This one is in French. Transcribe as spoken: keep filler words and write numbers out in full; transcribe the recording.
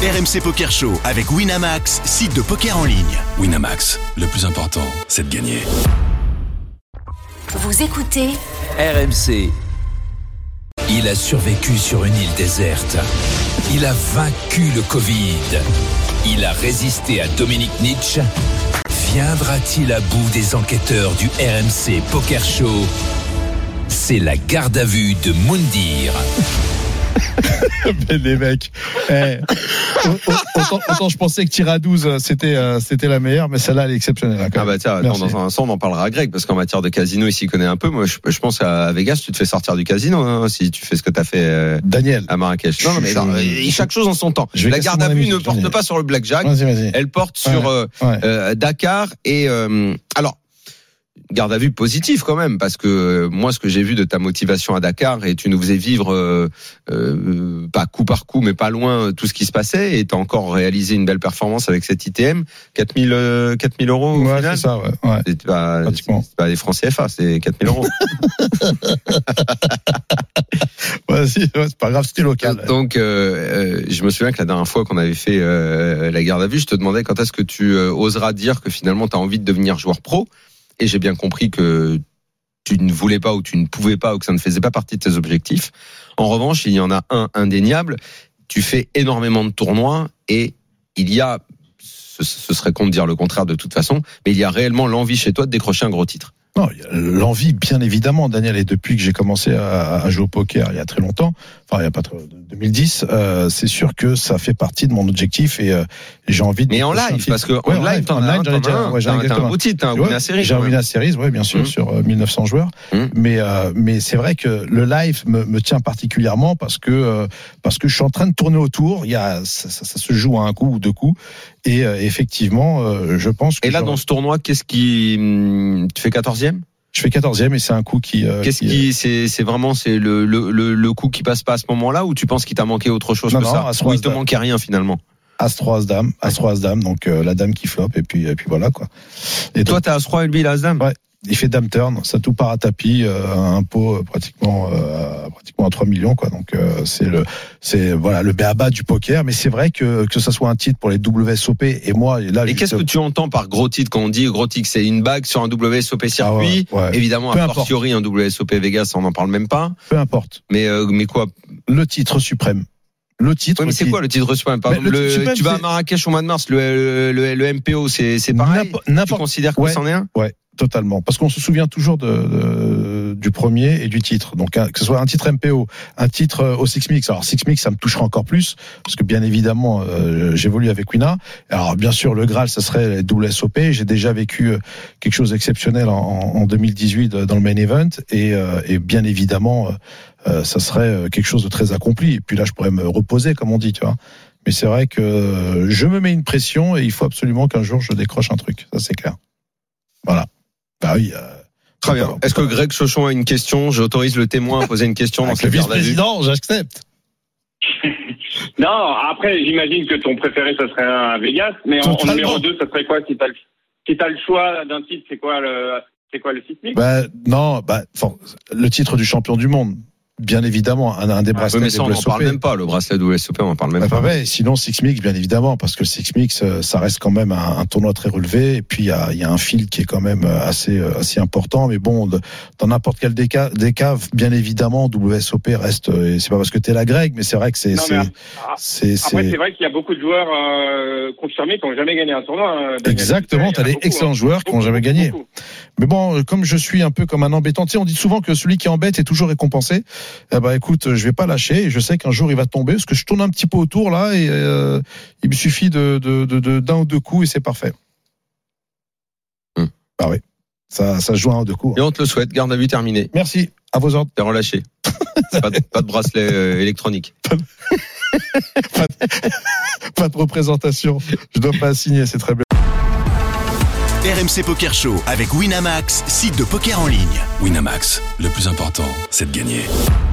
R M C Poker Show avec Winamax, site de poker en ligne. Winamax, le plus important, c'est de gagner. Vous écoutez R M C. Il a survécu sur une île déserte. Il a vaincu le Covid. Il a résisté à Dominique Nietzsche. Viendra-t-il à bout des enquêteurs du R M C Poker Show? C'est la garde à vue de Moundir. Mais les mecs, eh, autant, autant je pensais que tir à douze c'était, euh, c'était la meilleure, mais celle-là elle est exceptionnelle. Hein, ah bah tiens, attends, dans un instant on en parlera à Greg, parce qu'en matière de casino il s'y connaît un peu. Moi je, je pense qu'à Vegas tu te fais sortir du casino hein, si tu fais ce que t'as fait euh, Daniel à Marrakech. Non, non mais genre, chaque chose en son temps. La garde à vue ne porte Daniel. Pas sur le blackjack, vas-y, vas-y. Elle porte sur ouais, euh, ouais. Euh, Dakar et euh, alors garde à vue positif quand même, parce que euh, moi ce que j'ai vu de ta motivation à Dakar, et tu nous faisais vivre euh, euh, pas coup par coup mais pas loin tout ce qui se passait, et t'as encore réalisé une belle performance avec cet I T M. quatre mille euros au ouais, final. C'est ça, ouais. ouais. C'est pas, c'est pas des francs C F A, c'est quatre mille euros. ouais, si, ouais, c'est pas grave, c'était local. Donc euh, euh, je me souviens que la dernière fois qu'on avait fait euh, la garde à vue, je te demandais quand est-ce que tu euh, oseras dire que finalement t'as envie de devenir joueur pro. Et j'ai bien compris que tu ne voulais pas ou tu ne pouvais pas ou que ça ne faisait pas partie de tes objectifs. En revanche, il y en a un indéniable. Tu fais énormément de tournois et il y a, ce, ce serait con de dire le contraire de toute façon, mais il y a réellement l'envie chez toi de décrocher un gros titre. Non, l'envie, bien évidemment, Daniel, et depuis que j'ai commencé à, à jouer au poker il y a très longtemps, enfin il y a pas trop, deux mille dix, euh, c'est sûr que ça fait partie de mon objectif et, euh, et j'ai envie de. Mais en live, parce que ouais, en live, t'en as un, t'en as un, ouais, t'as un beau titre, t'as un Winamax Series. J'ai un Winamax Series, ouais, bien sûr, mmh. sur euh, mille neuf cents joueurs. Mmh. Mais euh, mais c'est vrai que le live me, me tient particulièrement parce que euh, parce que je suis en train de tourner autour. Il y a ça, ça, ça se joue à un coup ou deux coups. Et euh, effectivement, euh, je pense que. Et là, dans ce tournoi, qu'est-ce qui, tu fais quatorzième? Je fais quatorzième et c'est un coup qui. Euh, Qu'est-ce qui, qui c'est, c'est vraiment c'est le, le le le coup qui passe pas à ce moment-là, ou tu penses qu'il t'a manqué autre chose non, que non, ça, ou il te dame. manquait rien finalement? As trois as dame, as trois as dame, donc euh, la dame qui floppe et puis et puis voilà quoi. Et, et toi t'as as trois et lui il a as dame. Ouais. Il fait dame turn, ça tout part à tapis, euh, un pot euh, pratiquement euh, pratiquement à trois millions quoi. Donc euh, c'est le c'est voilà le b-a-ba du poker, mais c'est vrai que que ça soit un titre pour les W S O P et moi là. Et juste... qu'est-ce que tu entends par gros titre quand on dit gros titre? C'est une bague sur un W S O P circuit, ah ouais, ouais. Évidemment a fortiori un W S O P Vegas, on n'en parle même pas. Peu importe. Mais euh, mais quoi? Le titre suprême. Le titre. Oui, mais c'est qui... quoi le titre suprême? Par exemple, le, suprême, tu vas à Marrakech au mois de mars, le le, le M P O, c'est c'est pareil. N'importe... Tu considères que ouais, c'en est un? Ouais. Totalement, parce qu'on se souvient toujours de, de du premier et du titre. Donc que ce soit un titre M P O, un titre au Six Mix. Alors Six Mix, ça me touchera encore plus parce que bien évidemment, euh, j'évolue avec Wina. Alors bien sûr, le Graal, ça serait les W S O P. J'ai déjà vécu quelque chose d'exceptionnel en, en deux mille dix-huit dans le main event et, euh, et bien évidemment, euh, ça serait quelque chose de très accompli. Et puis là, je pourrais me reposer, comme on dit, tu vois. Mais c'est vrai que je me mets une pression et il faut absolument qu'un jour je décroche un truc. Ça, c'est clair. Voilà. Bah oui. Euh, Très bien. Est-ce que Greg Chauchon a une question? J'autorise le témoin à poser une question dans cette garde à vue. Vice-président, j'accepte. Non, après, j'imagine que ton préféré, ça serait un Vegas, mais en, en numéro deux, ça serait quoi si t'as le, si t'as le choix d'un titre, c'est quoi le, c'est quoi le Six Mix? Bah, non, bah, le titre du champion du monde. Bien évidemment, un, un des bracelets. Oui, mais ça, on n'en parle même pas. Le bracelet W S O P, on n'en parle même bah, pas. Bah, ouais, sinon, Six Mix, bien évidemment, parce que le Six Mix, ça reste quand même un, un tournoi très relevé. Et puis, il y a, il y a un fil qui est quand même assez, assez important. Mais bon, dans n'importe quel des cas, des cas, bien évidemment, W S O P reste. Et c'est pas parce que t'es la Greg, mais c'est vrai que c'est. Non, c'est, mais c'est, c'est, après, c'est vrai qu'il y a beaucoup de joueurs euh, confirmés qui n'ont jamais gagné un tournoi. Hein, exactement. T'as des excellents hein. joueurs qui n'ont jamais gagné. Beaucoup. Mais bon, comme je suis un peu comme un embêtant, tu sais, on dit souvent que celui qui embête est toujours récompensé. Eh ben, écoute. Je vais pas lâcher et je sais qu'un jour il va tomber parce que je tourne un petit peu autour là et euh, il me suffit de, de, de, de d'un ou deux coups et c'est parfait. Hum. Ah oui, ça, ça se joue à un ou deux coups. Et on te le souhaite, garde à vue terminée. Merci, à vos ordres. T'es relâché. pas, de, pas de bracelet euh, électronique. pas, de, pas de représentation. Je dois pas signer, c'est très bien. R M C Poker Show avec Winamax, site de poker en ligne. Winamax, le plus important, c'est de gagner.